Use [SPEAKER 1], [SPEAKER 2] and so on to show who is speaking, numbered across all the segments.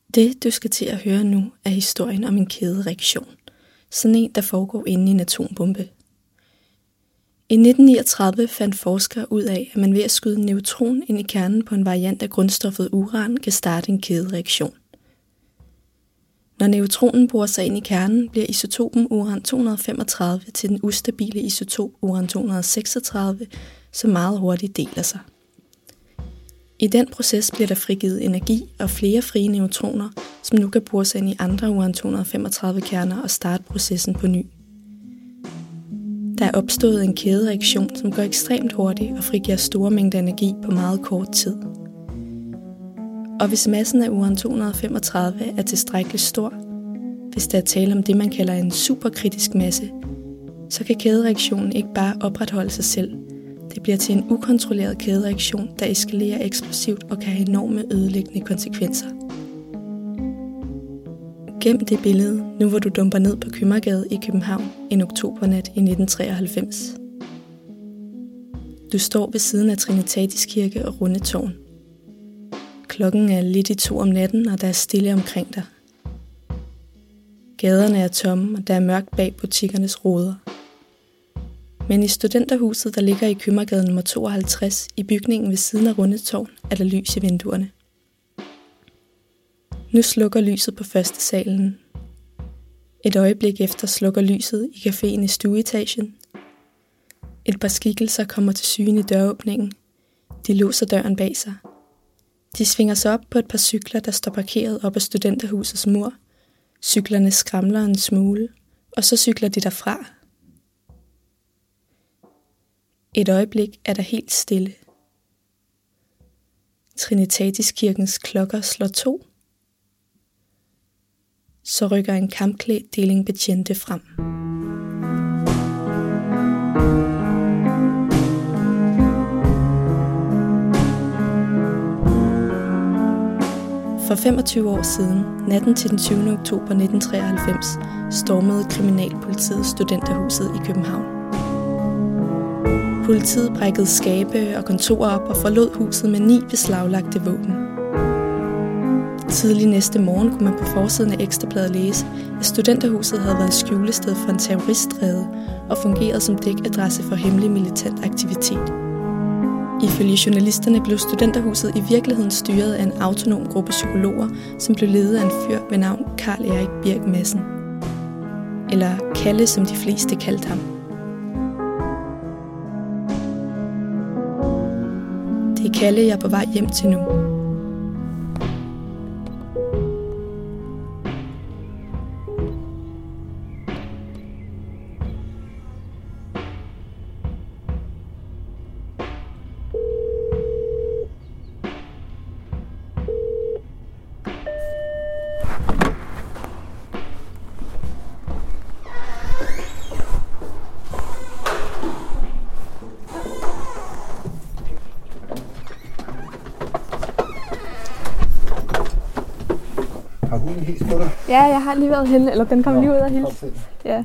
[SPEAKER 1] Det, du skal til at høre nu, er historien om en kædereaktion. Sådan en, der foregår inde i en atombombe. I 1939 fandt forskere ud af, at man ved at skyde en neutron ind i kernen på en variant af grundstoffet uran, kan starte en kædereaktion. Når neutronen borer sig ind i kernen, bliver isotopen uran-235 til den ustabile isotop uran-236, som meget hurtigt deler sig. I den proces bliver der frigivet energi og flere frie neutroner, som nu kan bore sig ind i andre uran-235-kerner og starte processen på ny. Der er opstået en kædereaktion, som går ekstremt hurtigt og frigiver store mængder energi på meget kort tid. Og hvis massen af uran-235 er tilstrækkeligt stor, hvis der er tale om det, man kalder en superkritisk masse, så kan kædereaktionen ikke bare opretholde sig selv. Det bliver til en ukontrolleret kædereaktion, der eskalerer eksplosivt og kan have enorme ødelæggende konsekvenser. Gem det billede, nu hvor du dumper ned på Købmagergade i København en oktobernat i 1993. Du står ved siden af Trinitatis Kirke og Rundetårn. Klokken er lidt i 2 om natten, og der er stille omkring dig. Gaderne er tomme, og der er mørkt bag butikkernes ruder. Men i studenterhuset, der ligger i Købmagergade nummer 52, i bygningen ved siden af Rundetårn, er der lys i vinduerne. Nu slukker lyset på første salen. Et øjeblik efter slukker lyset i caféen i stueetagen. Et par skikkelser kommer til syne i døråbningen. De låser døren bag sig. De svinger sig op på et par cykler, der står parkeret op ad studenterhusets mur. Cyklerne skramler en smule, og så cykler de derfra. Et øjeblik er der helt stille. Trinitatis Kirkens klokker slår 2. Så rykker en kampklædt deling betjente frem. For 25 år siden, natten til den 20. oktober 1993, stormede kriminalpolitiet studenterhuset i København. Politiet brækkede skabe og kontorer op og forlod huset med 9 beslaglagte våben. Tidlig næste morgen kunne man på forsiden af Ekstrabladet læse, at studenterhuset havde været skjulested for en terroristræde og fungeret som dækadresse for hemmelig militant aktivitet. Ifølge journalisterne blev studenterhuset i virkeligheden styret af en autonom gruppe psykologer, som blev ledet af en fyr ved navn Carl Erik Birk Madsen. Eller Kalle, som de fleste kaldte ham. Det er Kalle, jeg er på vej hjem til nu.
[SPEAKER 2] Har hunden hils på dig?
[SPEAKER 3] Ja, jeg har lige været henne, eller den kom lige ud af hils. Ja.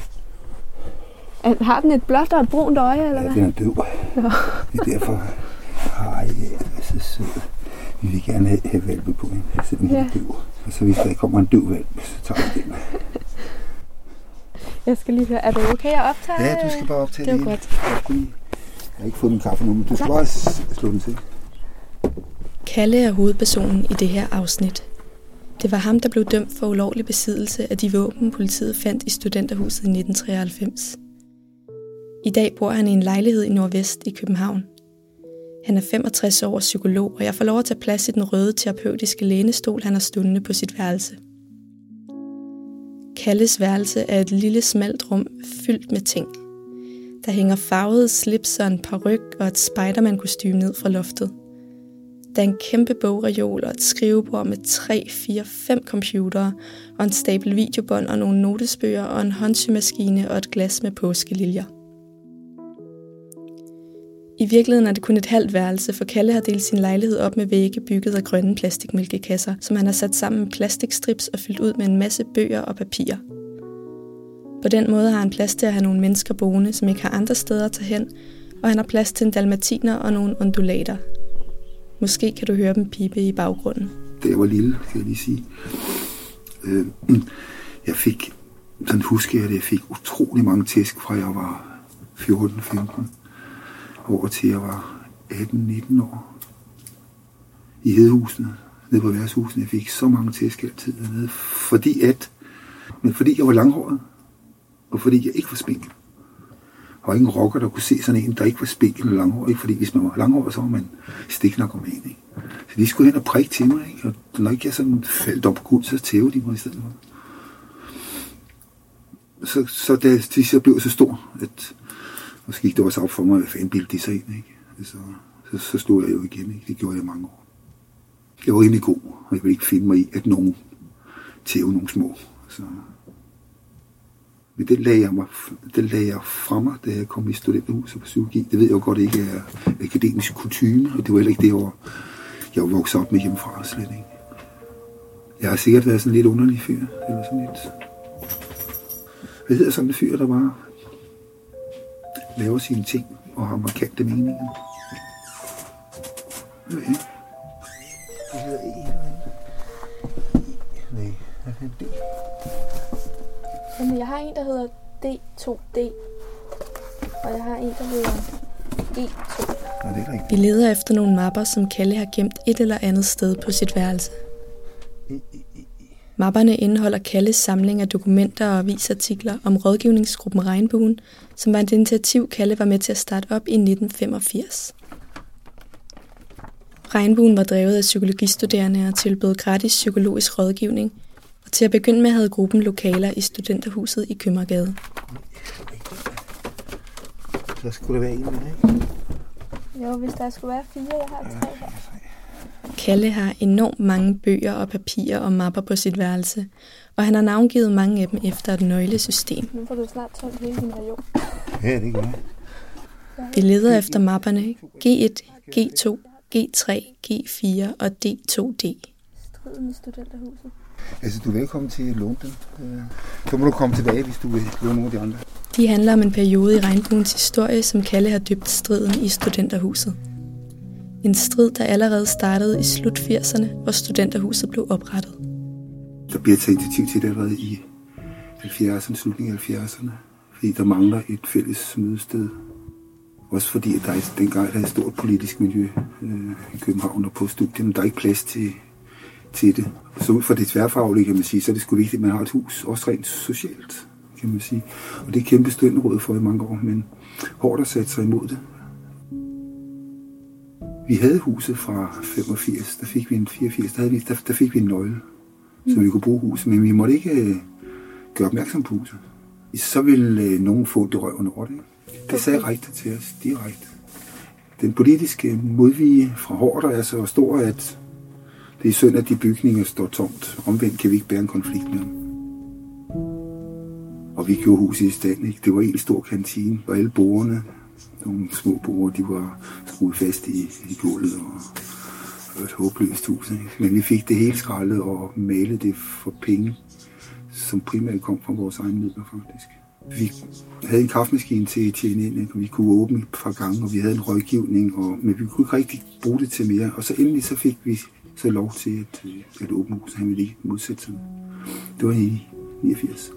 [SPEAKER 3] Har den et blåt og et brunt øje, eller hvad?
[SPEAKER 2] Ja, den er døv.
[SPEAKER 3] Nå.
[SPEAKER 2] Det er derfor, ej, det er så sød. Vi vil gerne have valpe på hende, selvom hun er døv. Og så hvis der kommer en døv valp, så tager vi den.
[SPEAKER 3] Jeg skal lige høre, er du okay at optage?
[SPEAKER 2] Ja, du skal bare optage
[SPEAKER 3] det.
[SPEAKER 2] Det
[SPEAKER 3] er godt.
[SPEAKER 2] Jeg har ikke fået min kaffe nu, men du skal bare slå den til.
[SPEAKER 1] Kalle er hovedpersonen i det her afsnit. Det var ham, der blev dømt for ulovlig besiddelse af de våben, politiet fandt i studenterhuset i 1993. I dag bor han i en lejlighed i Nordvest i København. Han er 65 år psykolog, og jeg får lov at tage plads i den røde terapeutiske lænestol, han har stående på sit værelse. Kalles værelse er et lille smalt rum fyldt med ting. Der hænger farvede slips og en paryk og et Spiderman-kostume ned fra loftet. Der er en kæmpe bogreol og et skrivebord med 3, 4, 5 computere og en stabel videobånd og nogle notesbøger og en håndsymaskine og et glas med påskeliljer. I virkeligheden er det kun et halvt værelse, for Kalle har delt sin lejlighed op med vægge bygget af grønne plastikmælkekasser, som han har sat sammen med plastikstrips og fyldt ud med en masse bøger og papirer. På den måde har han plads til at have nogle mennesker boende, som ikke har andre steder at tage hen, og han har plads til en dalmatiner og nogle undulater. Måske kan du høre dem pipe i baggrunden.
[SPEAKER 2] da jeg var lille, kan jeg lige sige. Jeg fik, sådan husker jeg det, jeg fik utrolig mange tæsk fra jeg var 14-15 over til jeg var 18-19 år. I Hedehusene, nede på værtshusene. Jeg fik så mange tæsk altid dernede, fordi jeg var langhåret, og fordi jeg ikke var spinkel. Der var ingen rocker, der kunne se sådan en, der ikke var spinkel eller langhåret. Ikke? Fordi hvis man var langhåret, så var man stiknarkoman. Ikke? Så de skulle hen og prikke til mig, ikke? Og når ikke jeg sådan faldt op på guld, så tævede de mig i stedet for. Så da de så blev så stor, at så gik det også op for mig, hvad fanden bildte de sig ind. Ikke? Så slog jeg jo igen. Ikke? Det gjorde jeg mange år. Jeg var rimelig god, og jeg ville ikke finde mig i, at nogen tævede nogle små. Så. Men det lagde jeg fra mig, da jeg kom i studenterhuset på psykologi. Det ved jeg jo godt ikke er akademisk kutyme, og det var heller ikke det, jeg var vokset op med hjemmefra slet ikke. Jeg har sikkert været sådan en lidt underlig fyr, eller sådan lidt. Hvad hedder sådan en fyr, der bare laver sine ting og har markante meninger? Hvad hedder E? Nej, hvad hedder D?
[SPEAKER 3] Jamen, jeg har en, der hedder D2D, og jeg har en, der hedder E2.
[SPEAKER 2] Nå, det er rigtigt.
[SPEAKER 1] Vi leder efter nogle mapper, som Kalle har gemt et eller andet sted på sit værelse. Mapperne indeholder Kalles samling af dokumenter og avisartikler om rådgivningsgruppen Regnbuen, som var et initiativ, Kalle var med til at starte op i 1985. Regnbuen var drevet af psykologistuderende og tilbød gratis psykologisk rådgivning, og til at begynde med havde gruppen lokaler i studenterhuset i Købmagergade.
[SPEAKER 2] Så skulle der være en med det, ikke?
[SPEAKER 3] Jo, hvis der skulle være 4, jeg har 3 her.
[SPEAKER 1] Kalle har enormt mange bøger og papirer og mapper på sit værelse, og han har navngivet mange af dem efter et nøglesystem.
[SPEAKER 3] Nu får du snart tømt hele din region.
[SPEAKER 2] Ja, det gør jeg.
[SPEAKER 1] Vi leder efter mapperne G1, G2, G3, G4 og D2D.
[SPEAKER 3] Striden i studenterhuset.
[SPEAKER 2] Altså, du er velkommen til at låne den. Så må du komme tilbage, hvis du vil låne nogle af de andre.
[SPEAKER 1] De handler om en periode i Regnbuens historie, som Kalle har døbt striden i studenterhuset. En strid, der allerede startede i slut 80'erne, hvor studenterhuset blev oprettet.
[SPEAKER 2] Der bliver taget initiativ til det allerede i 70'erne, slutningen af 70'erne, fordi der mangler et fælles mødested. Også fordi, at der dengang er et stort politisk miljø i København og på studierne. Der er ikke plads til det. Så ud fra det tværfaglige, kan man sige, så er det sgu vigtigt, at man har et hus, også rent socialt, kan man sige. Og det er kæmpe studenterråd for i mange år, men hårdt at sætte sig imod det. Vi havde huset fra 85, der fik vi en 84, der fik vi en nøgle, så vi kunne bruge huset, men vi måtte ikke gøre opmærksom på huset. Så ville nogen få det røven over det. Det sagde rektor til os direkte. Den politiske modvilje fra Hårder er så stor, at det er synd, at de bygninger står tomt. Omvendt kan vi ikke bære en konflikt med dem. Og vi gjorde huset i stand, ikke? Det var en stor kantine, og alle bordene, nogle små borde, de var skruet fast i gulvet, og et håbløst hus. Ikke? Men vi fik det hele skrællet og malet det for penge, som primært kom fra vores egne midler faktisk. Vi havde en kaffemaskine til at tjene ind, og vi kunne åbne et par gange, og vi havde en rådgivning, men vi kunne ikke rigtig bruge det til mere. Og så endelig så fik vi så lov til at åbne hus, han ville ikke modsætte sig. Det var i 89.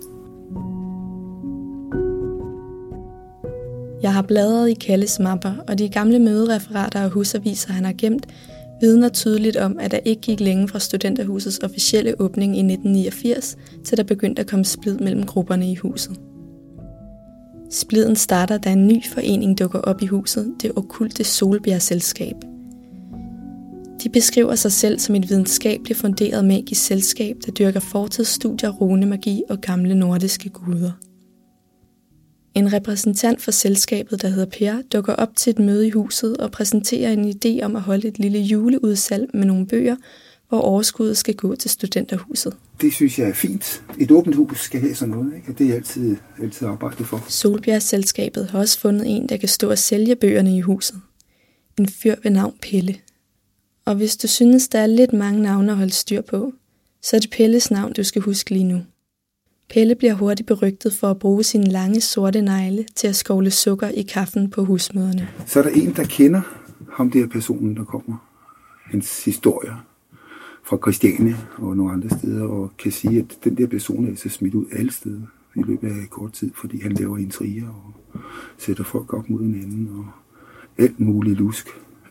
[SPEAKER 1] Jeg har bladret i Kalles mapper, og de gamle mødereferater og husaviser, han har gemt, vidner tydeligt om, at der ikke gik længe fra studenterhusets officielle åbning i 1989, til der begyndte at komme splid mellem grupperne i huset. Spliden starter, da en ny forening dukker op i huset, det okkulte Solbjerg-selskab. De beskriver sig selv som et videnskabeligt funderet magisk selskab, der dyrker fortidsstudier, runemagi og gamle nordiske guder. En repræsentant for selskabet, der hedder Per, dukker op til et møde i huset og præsenterer en idé om at holde et lille juleudsalg med nogle bøger, hvor overskuddet skal gå til studenterhuset.
[SPEAKER 2] Det synes jeg er fint. Et åbent hus skal have sådan noget, ikke? Og det er altid arbejdet for.
[SPEAKER 1] Solbjerg-selskabet har også fundet en, der kan stå og sælge bøgerne i huset. En fyr ved navn Pelle. Og hvis du synes, der er lidt mange navne at holde styr på, så er det Pelles navn, du skal huske lige nu. Pelle bliver hurtigt berygtet for at bruge sine lange sorte negle til at skovle sukker i kaffen på husmøderne.
[SPEAKER 2] Så er der en, der kender ham der personen, der kommer. Hans historier. fra Christiania og nogle andre steder, og kan sige, at den der person er så smidt ud alle steder i løbet af kort tid, fordi han laver intriger og sætter folk op mod hinanden, og alt muligt lusk,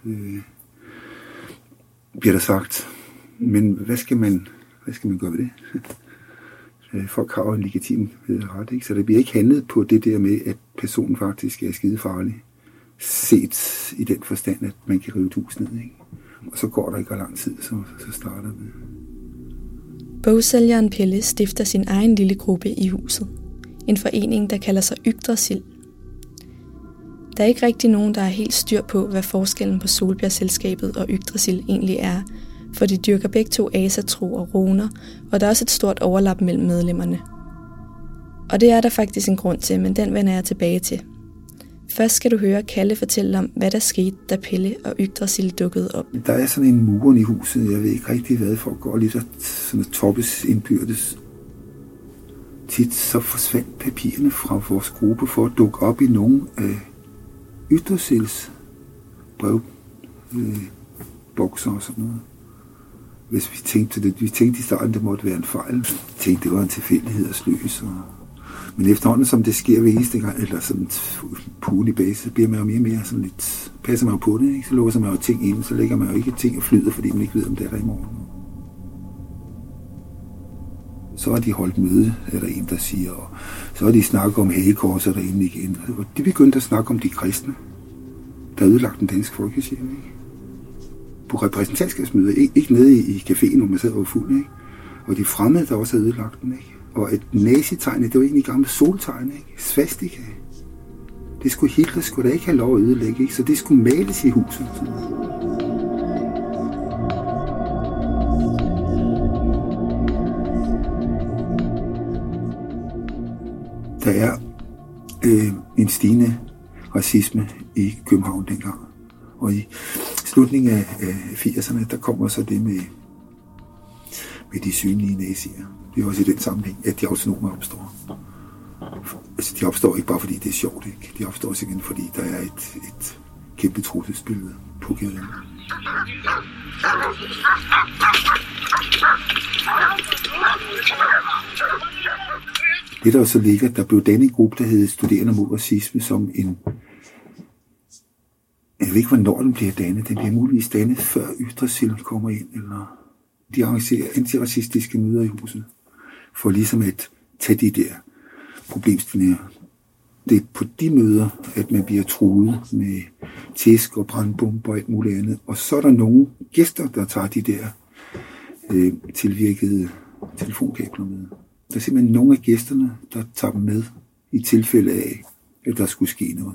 [SPEAKER 2] bliver der sagt. Men hvad skal man gøre ved det? Folk har jo en legitim ret, ikke? Så der bliver ikke handlet på det der med, at personen faktisk er skidefarlig, set i den forstand, at man kan rive et hus ned, ikke? Og så går der ikke lang tid, så starter det.
[SPEAKER 1] Bogsælgeren Pelle stifter sin egen lille gruppe i huset. En forening, der kalder sig Yggdrasil. Der er ikke rigtig nogen, der er helt styr på, hvad forskellen på Solbjergselskabet og Yggdrasil egentlig er, for de dyrker begge to asatro og runer, og der er også et stort overlap mellem medlemmerne. Og det er der faktisk en grund til, men den vender jeg tilbage til. Først skal du høre Kalle fortælle om, hvad der skete, da Pelle og Yggdrasil dukkede op.
[SPEAKER 2] Der er sådan en muren i huset, jeg ved ikke rigtig, hvad folk går lige sådan toppes indbyrdes. Tit så forsvandt papirerne fra vores gruppe for at dukke op i nogle af Yggdrasils brevbokser og sådan noget. Hvis vi tænkte i starten, det måtte være en fejl. Vi tænkte, det var en tilfældighed og sløs. Men efterhånden, som det sker ved eneste gang, eller sådan på ugenlig base, så bliver man jo mere og mere sådan lidt, passer man jo på det, ikke? Så låser man jo ting ind, så lægger man jo ikke ting og flyder, fordi man ikke ved, om det er der i morgen. Så har de holdt møde, er der en, der siger, og så har de snakket om hagekorset derinde igen. Og de begyndte at snakke om de kristne, der ødelagt den danske folkekirke, ikke? På repræsentantskabsmøder, ikke nede i caféen, hvor man sad og var fuld, ikke? Og de fremmede, der også havde ødelagt den, ikke? Og et nazitegn, det var egentlig gamle soltegn, ikke? Svastika. Det skulle Hitler skulle da ikke have lov at ødelægge, ikke? Så det skulle males i huset. Der er en stigende racisme i København dengang. Og i slutningen af 80'erne, der kommer så det med de synlige nazier. Det er også i den sammenhæng, at de autonomer opstår. Altså, de opstår ikke bare fordi det er sjovt, ikke? De opstår simpelthen fordi der er et kæmpe trusselsbillede på gaden. Det der så ligger, der blev dannet en gruppe, der hed Studerende mod racisme, som en... Jeg ved ikke, hvornår den bliver dannet. Den bliver muligvis dannet, før Yggdrasil kommer ind, eller... De arrangerer antiracistiske møder i huset, for ligesom at tage de der problemstillinger. Det er på de møder, at man bliver truet med tæsk og brandbomber og alt muligt andet. Og så er der nogle gæster, der tager de der tilvirkede telefonkabler med. Der er simpelthen nogle af gæsterne, der tager dem med i tilfælde af, at der skulle ske noget.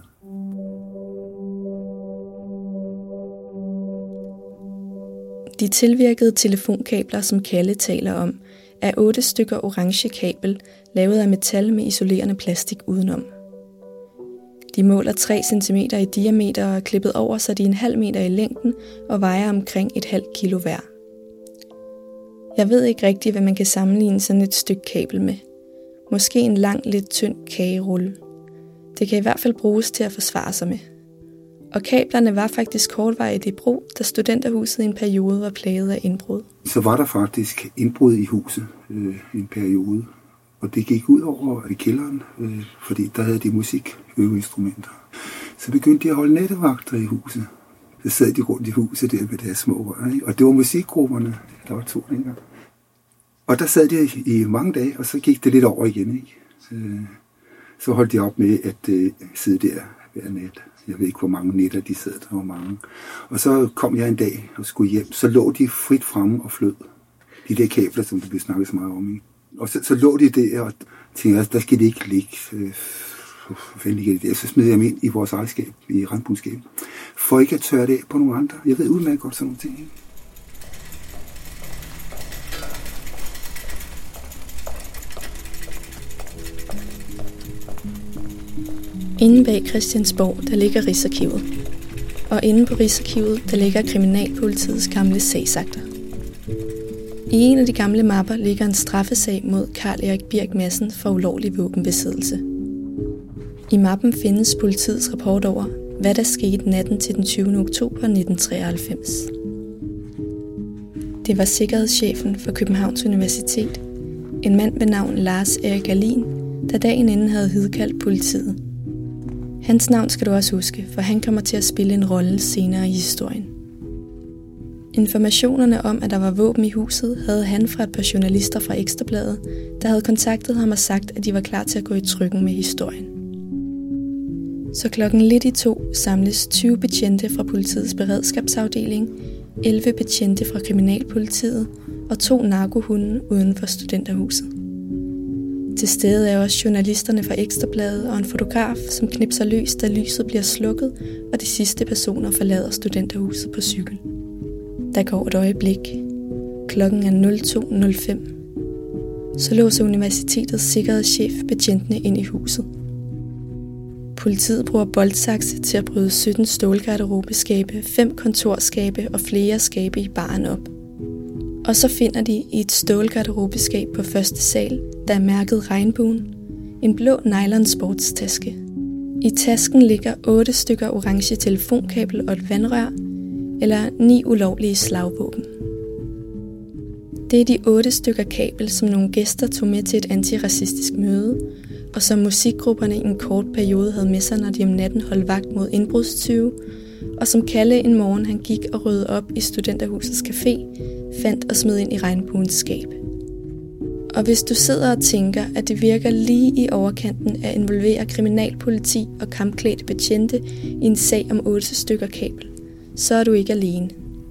[SPEAKER 1] De tilvirkede telefonkabler, som Kalle taler om, er 8 stykker orange kabel, lavet af metal med isolerende plastik udenom. De måler 3 cm i diameter og er klippet over, så de er 0,5 meter i længden og vejer omkring 0,5 kilo hver. Jeg ved ikke rigtigt, hvad man kan sammenligne sådan et stykke kabel med. Måske en lang, lidt tynd kagerulle. Det kan i hvert fald bruges til at forsvare sig med. Og kablerne var faktisk kortvarigt i brug, da studenterhuset i en periode var plaget af indbrud.
[SPEAKER 2] Så var der faktisk indbrud i huset en periode, og det gik ud over kælderen, fordi der havde de musikøveinstrumenter. Så begyndte de at holde nattevagter i huset. Så sad de rundt i huset der med deres små rør, ikke? Og det var musikgrupperne, der var 2 dengang. Og der sad de i mange dage, og så gik det lidt over igen, ikke? Så holdt de op med at sidde der hver nat. Jeg ved ikke, hvor mange nætter de sad, der var mange. Og så kom jeg en dag og skulle hjem, så lå de frit fremme og flød. De der kabler, som der blev snakket så meget om, ikke? Og så lå de der og tænkte, der skal de ikke ligge. Så smed jeg dem ind i vores ejerskab, i randbundskabet, for ikke at tørre det af på nogle andre. Jeg ved udmærket godt sådan nogle ting, ikke?
[SPEAKER 1] Inde bag Christiansborg, der ligger Rigsarkivet. Og inde på Rigsarkivet, der ligger Kriminalpolitiets gamle sagsakter. I en af de gamle mapper ligger en straffesag mod Carl Erik Birk Madsen for ulovlig våbenbesiddelse. I mappen findes politiets rapport over, hvad der skete natten til den 20. oktober 1993. Det var sikkerhedschefen for Københavns Universitet, en mand ved navn Lars Erik Alin, der dagen inden havde hidkaldt politiet. Hans navn skal du også huske, for han kommer til at spille en rolle senere i historien. Informationerne om, at der var våben i huset, havde han fra et par journalister fra Ekstra Bladet, der havde kontaktet ham og sagt, at de var klar til at gå i trykken med historien. Så 1:45 samles 20 betjente fra politiets beredskabsafdeling, 11 betjente fra kriminalpolitiet og 2 narkohunde uden for studenterhuset. Til stede er også journalisterne fra Ekstra Bladet og en fotograf, som knipser løs, da lyset bliver slukket, og de sidste personer forlader studenterhuset på cykel. Der går et øjeblik. Klokken er 02:05. Så låser universitetets sikkerhedschef betjentene ind i huset. Politiet bruger boltsakse til at bryde 17 stålgarderobeskabe, 5 kontorskabe og flere skabe i baren op. Og så finder de i et stålgarderobeskab på første sal, der er mærket Regnbuen, en blå nylon sportstaske. I tasken ligger 8 stykker orange telefonkabel og et vandrør, eller 9 ulovlige slagvåben. Det er de 8 stykker kabel, som nogle gæster tog med til et antiracistisk møde, og som musikgrupperne i en kort periode havde med sig, når de om natten holdt vagt mod indbrudstyve, og som Kalle en morgen han gik og rydde op i studenterhusets café, fandt og smed ind i Regnbuens skab. Og hvis du sidder og tænker, at det virker lige i overkanten at involvere kriminalpoliti og kampklædte betjente i en sag om 8 stykker kabel, så er du ikke alene.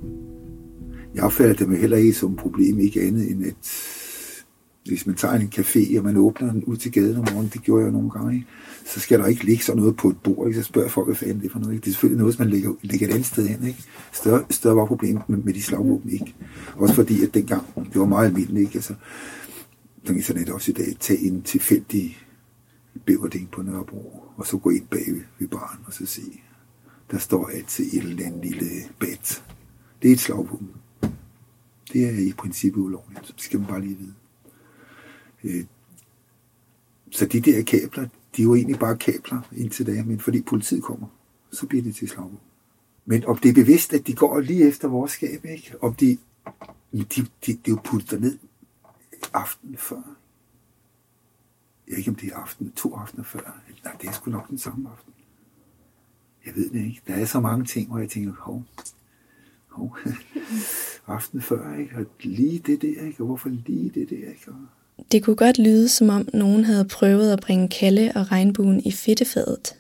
[SPEAKER 2] Jeg opfatter det med heller ikke som et problem, ikke andet end at hvis man tager en café, og man åbner den ud til gaden om morgenen, det gjorde jeg nogle gange, ikke? Så skal der ikke ligge sådan noget på et bord, ikke? Så spørger folk, hvad fanden det er for noget, ikke? Det er selvfølgelig noget, som man lægger et andet sted hen, ikke? Større var problemet med de slagvåben, ikke? Også fordi, at dengang, det var meget almindeligt, ikke? Altså, der er sådan også i dag, tage en tilfældig bæverding på Nørrebro, og så gå ind bag ved baren, og så sige, der står altid et eller andet lille bat. Det er et slagvåben. Det er i princippet ulovligt. Det skal man bare lige vide. Så de der kabler, de er jo egentlig bare kabler indtil da, men fordi politiet kommer, så bliver det til slagvåben. Men om det er bevidst, at de går lige efter vores skab, ikke? Om de er jo puttet derned aftenen før. Jeg ved ikke, om det er aften, 2 aftener før. Nej, det er sgu nok den samme aften. Jeg ved det ikke. Der er så mange ting, hvor jeg tænker, hov, aften før, ikke? Og lige det der, ikke? Og hvorfor lige det der, ikke?
[SPEAKER 1] Det kunne godt lyde, som om nogen havde prøvet at bringe Kalle og Regnbuen i fedtefadet.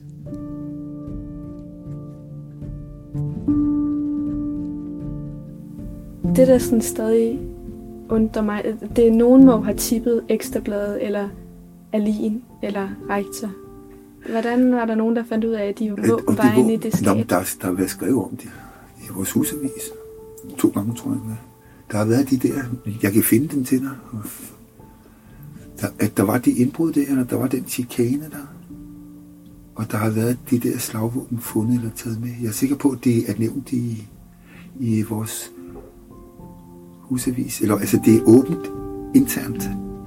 [SPEAKER 3] Det, der sådan stadig undrer mig, det er nogen må have tippet Ekstra Bladet, eller Alin, eller rektor. Hvordan var der nogen, der fandt ud af, at de våben var inde i det skab?
[SPEAKER 2] Der har været skrevet om det i vores husavis. 2 gange, tror jeg. Der har været de der, jeg kan finde dem til dig. At der var de indbrud der, eller der var den chikane der. Og der har været de der slagvåben fundet eller taget med. Jeg er sikker på, at det er nævnt i vores husavis. Eller altså, det er åbent internt.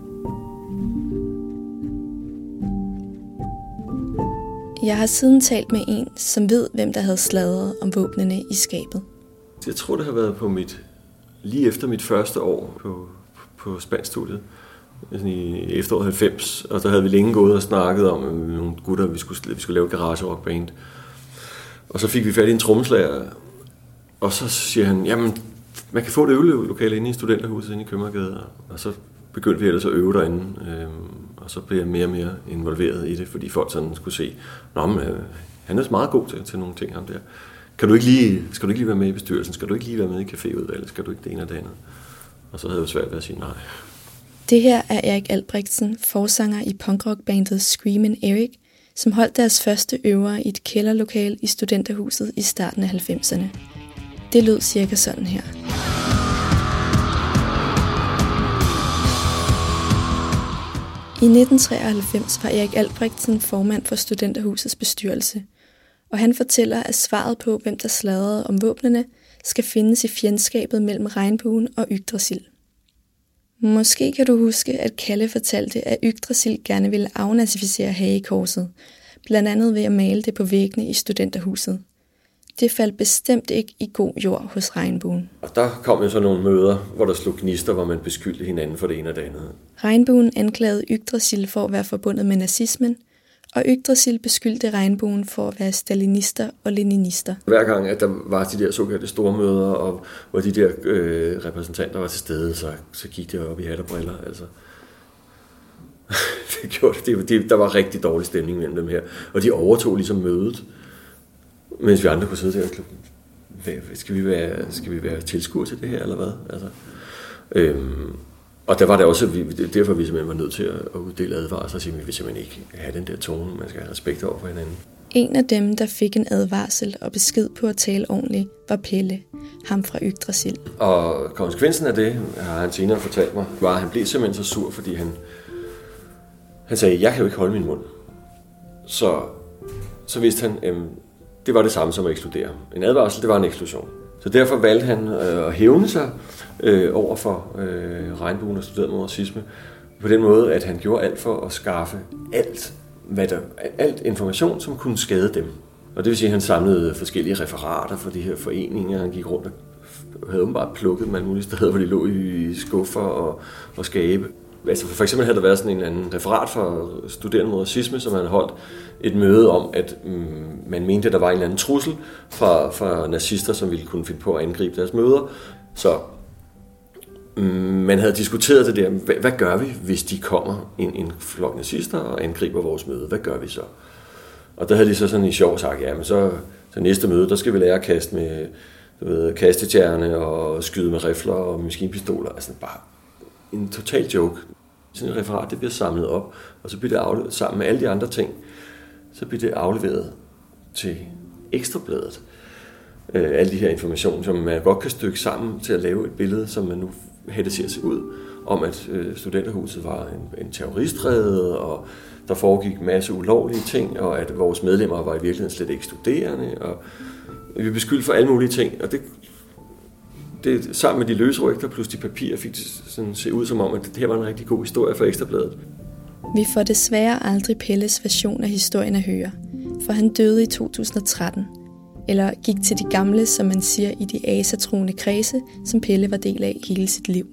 [SPEAKER 1] Jeg har siden talt med en, som ved, hvem der havde sladret om våbnene i skabet.
[SPEAKER 4] Jeg tror, det har været lige efter mit første år på spanskstudiet. I efteråret 90, og der havde vi længe gået og snakket om nogle gutter, vi skulle lave et garage-rockband. Og så fik vi fat i en trommeslager, og så siger han, jamen, man kan få et øvelokale inde i studenterhuset inde i Købmagergade, og så begyndte vi ellers at øve derinde, og så blev jeg mere og mere involveret i det, fordi folk sådan skulle se, han er meget god til nogle ting, ham der. Skal du ikke lige være med i bestyrelsen? Skal du ikke lige være med i caféudvalget? Skal du ikke det ene og det andet? Og så havde jeg svært ved at sige nej.
[SPEAKER 1] Det her er Erik Albrechtsen, forsanger i punkrockbandet Screamin' Erik, som holdt deres første øver i et kælderlokale i studenterhuset i starten af 90'erne. Det lød cirka sådan her. I 1993 var Erik Albrechtsen formand for studenterhusets bestyrelse, og han fortæller, at svaret på, hvem der sladrede om våbnene, skal findes i fjendskabet mellem Regnbuen og Yggdrasil. Måske kan du huske, at Kalle fortalte, at Yggdrasil gerne ville afnazificere hagekorset, blandt andet ved at male det på væggene i studenterhuset. Det faldt bestemt ikke i god jord hos Regnbuen.
[SPEAKER 4] Og der kom jo så nogle møder, hvor der slog gnister, hvor man beskyldte hinanden for det ene og det andet.
[SPEAKER 1] Regnbuen anklagede Yggdrasil for at være forbundet med nazismen, og Yggdrasil beskyldte Regnbuen for at være stalinister og leninister.
[SPEAKER 4] Hver gang, at der var de der såkaldte store møder, og hvor de der repræsentanter var til stede, så gik det op i hat og briller. Altså. Det gjorde det. Der var rigtig dårlig stemning mellem dem her, og de overtog ligesom mødet, mens vi andre kunne sidde der og klubben. Skal vi være tilskuere til det her, eller hvad? Altså, og der var det også, derfor vi simpelthen var nødt til at uddele advarsler og sige, at vi vil simpelthen ikke have den der tone, man skal have respekt over for hinanden.
[SPEAKER 1] En af dem, der fik en advarsel og besked på at tale ordentligt, var Pelle, ham fra Yggdrasil.
[SPEAKER 4] Og konsekvensen af det, har han senere fortalt mig, var, at han blev simpelthen så sur, fordi han sagde, jeg kan jo ikke holde min mund. Så vidste han, det var det samme som at ekskludere. En advarsel, det var en eksklusion. Så derfor valgte han at hævne sig over for Regnbuen og Studeret mod racisme på den måde, at han gjorde alt for at skaffe alt information, som kunne skade dem. Og det vil sige, at han samlede forskellige referater for de her foreninger. Han gik rundt og havde åbenbart plukket dem alle mulige steder, hvor de lå i skuffer og skabe. Altså for eksempel havde der været sådan en eller anden referat for Studerende mod racisme, som han holdt et møde om, at man mente, at der var en eller anden trussel fra nazister, som ville kunne finde på at angribe deres møder. Så man havde diskuteret det der, hvad gør vi, hvis de kommer en flok nazister og angriber vores møde? Hvad gør vi så? Og der havde de så sådan i sjov sagt, ja, men så næste møde, der skal vi lære at kaste med kastetjerne og skyde med rifler og maskinpistoler. Altså bare en total joke. Sådan et referat, det bliver samlet op, og så bliver det afleveret sammen med alle de andre ting. Så bliver det afleveret til Ekstrabladet. Alle de her informationer, som man godt kan stykke sammen til at lave et billede, som man nu hætter ser sig ud, om at studenterhuset var en terroristræde, og der foregik en masse ulovlige ting, og at vores medlemmer var i virkeligheden slet ikke studerende, og vi beskyldte for alle mulige ting, og det sammen med de løse rygter plus de papirer fik det sådan se ud som om, at det her var en rigtig god historie for Ekstrabladet.
[SPEAKER 1] Vi får desværre aldrig Pelles version af historien at høre, for han døde i 2013, eller gik til de gamle, som man siger, i de asatroende kredse, som Pelle var del af hele sit liv.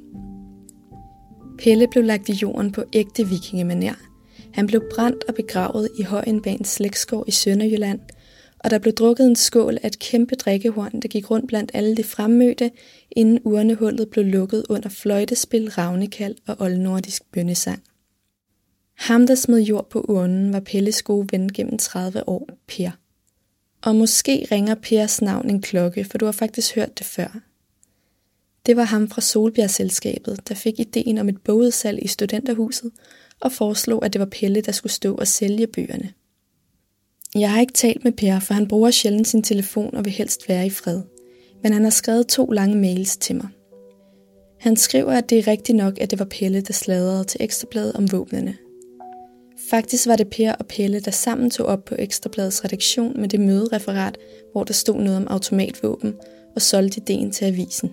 [SPEAKER 1] Pelle blev lagt i jorden på ægte vikingemanér. Han blev brændt og begravet i Højenbans slægtsgård i Sønderjylland, og der blev drukket en skål af et kæmpe drikkehorn, der gik rundt blandt alle de fremmødte, inden urnehullet blev lukket under fløjtespil, ravnekald og oldnordisk bønnesang. Ham, der smed jord på urnen, var Pelles gode ven gennem 30 år, Per. Og måske ringer Pers navn en klokke, for du har faktisk hørt det før. Det var ham fra Solbjergselskabet, der fik ideen om et bogudsalg i studenterhuset og foreslog, at det var Pelle, der skulle stå og sælge bøgerne. Jeg har ikke talt med Per, for han bruger sjældent sin telefon og vil helst være i fred. Men han har skrevet 2 lange mails til mig. Han skriver, at det er rigtigt nok, at det var Pelle, der sladrede til Ekstrabladet om våbnene. Faktisk var det Per og Pelle, der sammen tog op på Ekstrabladets redaktion med det mødereferat, hvor der stod noget om automatvåben og solgte ideen til avisen.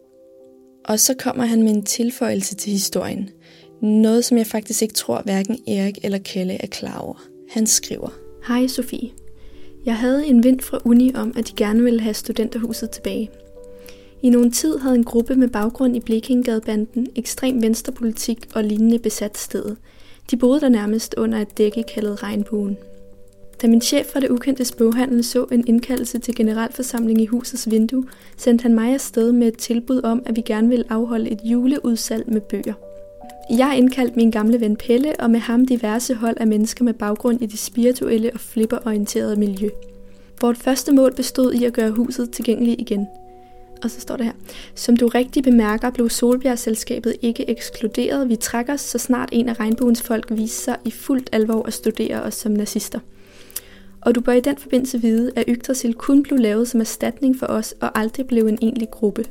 [SPEAKER 1] Og så kommer han med en tilføjelse til historien. Noget, som jeg faktisk ikke tror, hverken Erik eller Kalle er klar over. Han skriver:
[SPEAKER 3] Hej Sofie. Jeg havde en vind fra uni om, at de gerne ville have studenterhuset tilbage. I nogen tid havde en gruppe med baggrund i Blekingegadebanden, ekstrem venstrepolitik og lignende besat stedet. De boede der nærmest under et dække kaldet Regnbuen. Da min chef fra det ukendte boghandel så en indkaldelse til generalforsamling i husets vindue, sendte han mig afsted med et tilbud om, at vi gerne ville afholde et juleudsalg med bøger. Jeg indkaldte min gamle ven Pelle, og med ham diverse hold af mennesker med baggrund i det spirituelle og flipperorienterede miljø. Vort første mål bestod i at gøre huset tilgængeligt igen. Og så står det her: Som du rigtig bemærker, blev Solbjergselskabet ikke ekskluderet. Vi trak os, så snart en af Regnbuens folk viste sig i fuldt alvor at studere os som nazister. Og du bør i den forbindelse vide, at Yggdrasil kun blev lavet som erstatning for os og aldrig blev en egentlig gruppe.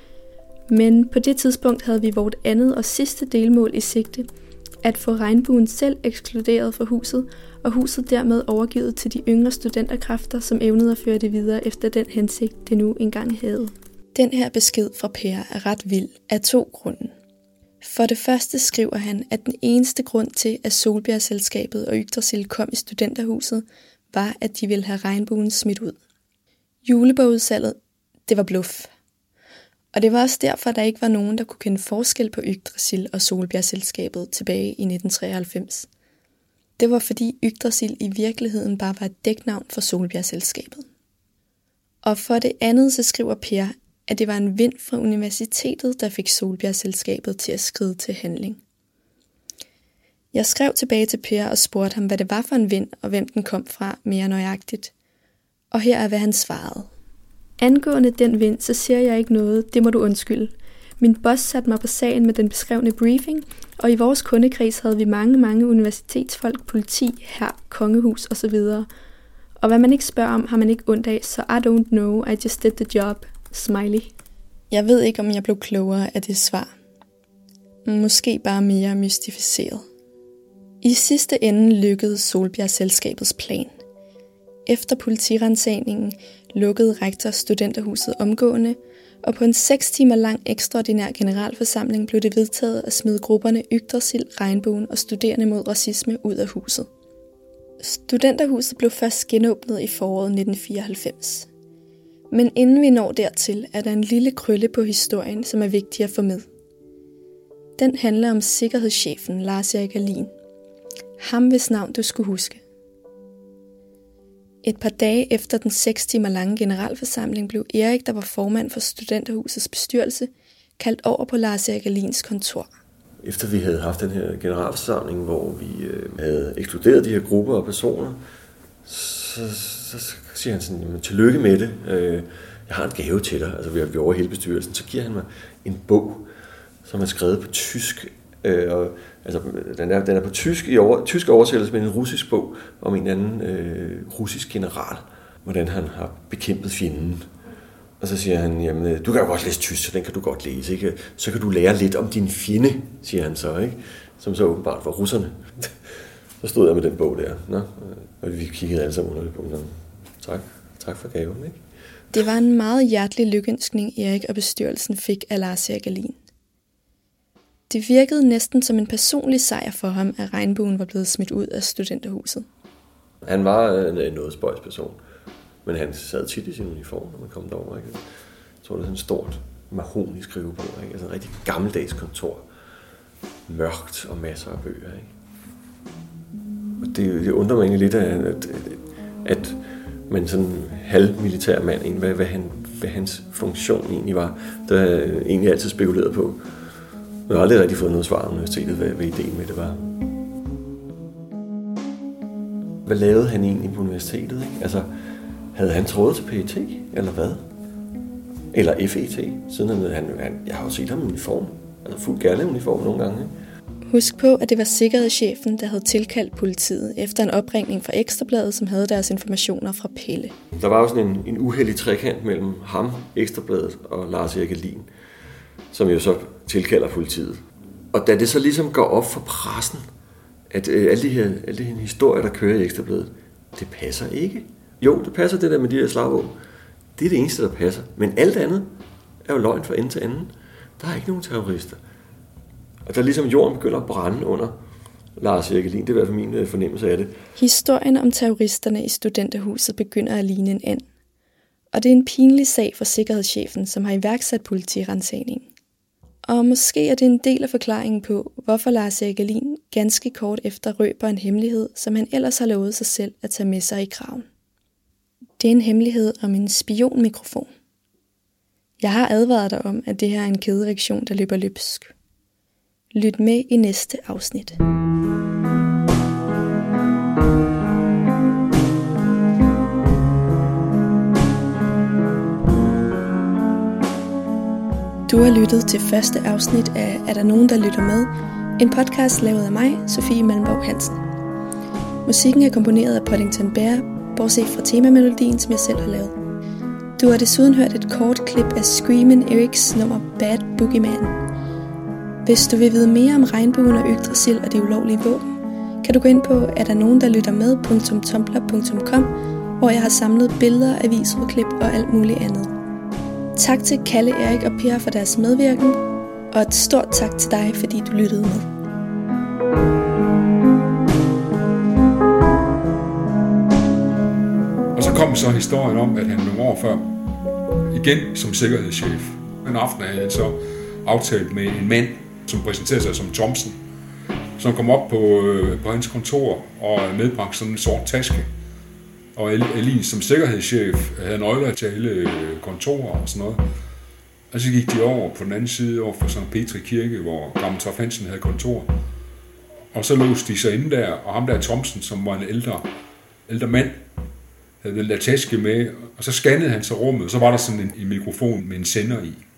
[SPEAKER 3] Men på det tidspunkt havde vi vort andet og sidste delmål i sigte, at få Regnbuen selv ekskluderet fra huset, og huset dermed overgivet til de yngre studenterkræfter, som evnede at føre det videre efter den hensigt, det nu engang havde.
[SPEAKER 1] Den her besked fra Per er ret vild af 2 grunde. For det første skriver han, at den eneste grund til, at Solbjergselskabet og Yggdrasil kom i studenterhuset, var, at de ville have Regnbuen smidt ud. Julebogudsalget, det var bluff. Og det var også derfor, der ikke var nogen, der kunne kende forskel på Yggdrasil og Solbjergselskabet tilbage i 1993. Det var fordi Yggdrasil i virkeligheden bare var et dæknavn for Solbjergselskabet. Og for det andet så skriver Per, at det var en vind fra universitetet, der fik Solbjergselskabet til at skride til handling. Jeg skrev tilbage til Per og spurgte ham, hvad det var for en vind, og hvem den kom fra mere nøjagtigt. Og her er, hvad han svarede. Angående den vind, så siger jeg ikke noget, det må du undskylde. Min boss satte mig på sagen med den beskrevne briefing, og i vores kundekreds havde vi mange universitetsfolk, politi, hær, kongehus osv. Og hvad man ikke spørger om, har man ikke ondt af, så I don't know, I just did the job. Smiley. Jeg ved ikke, om jeg blev klogere af det svar. Måske bare mere mystificeret. I sidste ende lykkedes Solbjergselskabets plan. Efter politirensagningen lukkede rektor studenterhuset omgående, og på en 6 timer lang ekstraordinær generalforsamling blev det vedtaget at smide grupperne Yggdrasil, Regnbuen og Studerende mod Racisme ud af huset. Studenterhuset blev først genåbnet i foråret 1994. Men inden vi når dertil, er der en lille krølle på historien, som er vigtig at få med. Den handler om sikkerhedschefen Lars-Erik Alin. Ham hvis navn du skulle huske. Et par dage efter den 6 timer lange generalforsamling blev Erik, der var formand for studenterhusets bestyrelse, kaldt over på Lars-Erik Alins kontor.
[SPEAKER 4] Efter vi havde haft den her generalforsamling, hvor vi havde ekskluderet de her grupper og personer, så siger han sådan, jamen, tillykke med det. Jeg har en gave til dig. Altså, vi er over hele bestyrelsen. Så giver han mig en bog, som er skrevet på tysk. Altså, den er på tysk tysk oversættelse, med en russisk bog om en anden russisk general, hvordan han har bekæmpet fjenden. Og så siger han, jamen, du kan jo godt læse tysk, så den kan du godt læse, ikke? Så kan du lære lidt om din fjende, siger han så, ikke? Som så åbenbart var russerne. Så stod jeg med den bog der, nå? Og vi kiggede alle sammen under det på. Tak for gaven, ikke?
[SPEAKER 1] Det var en meget hjertelig lykønskning, Erik og bestyrelsen fik af Lars-Erik Alin. Det virkede næsten som en personlig sejr for ham, at Regnbuen var blevet smidt ud af studenterhuset.
[SPEAKER 4] Han var en noget spøjs person, men han sad tit i sin uniform, når man kom derover. Ikke? Jeg tror, det er sådan et stort mahogni skrivebord, ikke? Altså en rigtig gammeldags kontor. Mørkt og masser af bøger. Ikke? Og det undrer mig egentlig lidt, at man sådan en halvmilitær mand, hvad hans funktion egentlig var, der jeg egentlig altid spekuleret på. Jeg har aldrig rigtig fået noget svar af universitetet, hvad ideen med det var. Hvad lavede han egentlig på universitetet? Ikke? Altså, havde han trådet til PET, eller hvad? Eller FET, siden jeg har jo set ham i uniform. Altså fuld gærle-uniform nogle gange. Ikke?
[SPEAKER 1] Husk på, at det var sikkerhedschefen, der havde tilkaldt politiet efter en opringning fra Ekstrabladet, som havde deres informationer fra Pelle.
[SPEAKER 4] Der var jo sådan en uheldig trekant mellem ham, Ekstrabladet og Lars-Erik Alin, som jo så tilkalder politiet. Og da det så ligesom går op for pressen, at alle de her historier, der kører i Ekstrabladet, det passer ikke. Jo, det passer det der med de der slagvåben. Det er det eneste, der passer. Men alt andet er jo løgn fra ende til anden. Der er ikke nogen terrorister. Og der ligesom jorden begynder at brænde under Lars-Erik Alin. Det er i hvert fald min fornemmelse af det.
[SPEAKER 1] Historien om terroristerne i studenterhuset begynder at ligne en and. Og det er en pinlig sag for sikkerhedschefen, som har iværksat politirensagningen. Og måske er det en del af forklaringen på, hvorfor Lars-Erik Alin ganske kort efter røber en hemmelighed, som han ellers har lovet sig selv at tage med sig i graven. Det er en hemmelighed om en spionmikrofon. Jeg har advaret dig om, at det her er en kædereaktion, der løber løbsk. Lyt med i næste afsnit. Du har lyttet til første afsnit af Er der nogen, der lytter med? En podcast lavet af mig, Sofie Malmborg Hansen. Musikken er komponeret af Poddington Bear, bortset fra temamelodien, som jeg selv har lavet. Du har desuden hørt et kort klip af Screamin' Erics nummer Bad Boogeyman. Hvis du vil vide mere om Regnbuen og Yggdrasil og de ulovlige våben, kan du gå ind på erdernogendderlyttermed.tumblr.com, hvor jeg har samlet billeder, avisudklip og alt muligt andet. Tak til Kalle, Erik og Per for deres medvirken, og et stort tak til dig, fordi du lyttede med.
[SPEAKER 5] Og så kom så historien om, at han nogle år før, igen som sikkerhedschef, en aften havde han så aftalt med en mand, som præsenterede sig som Thomsen, som kom op på hans kontor og medbragte sådan en sort taske. Og Elin som sikkerhedschef havde nøgler til alle kontorer og sådan noget. Og så gik de over på den anden side, over for Sankt Petri Kirke, hvor Gammel Toft Hansen havde kontor. Og så låste de sig inde der, og ham der Thomsen, som var en ældre mand, havde den der taske med, og så scannede han så rummet, og så var der sådan en mikrofon med en sender i.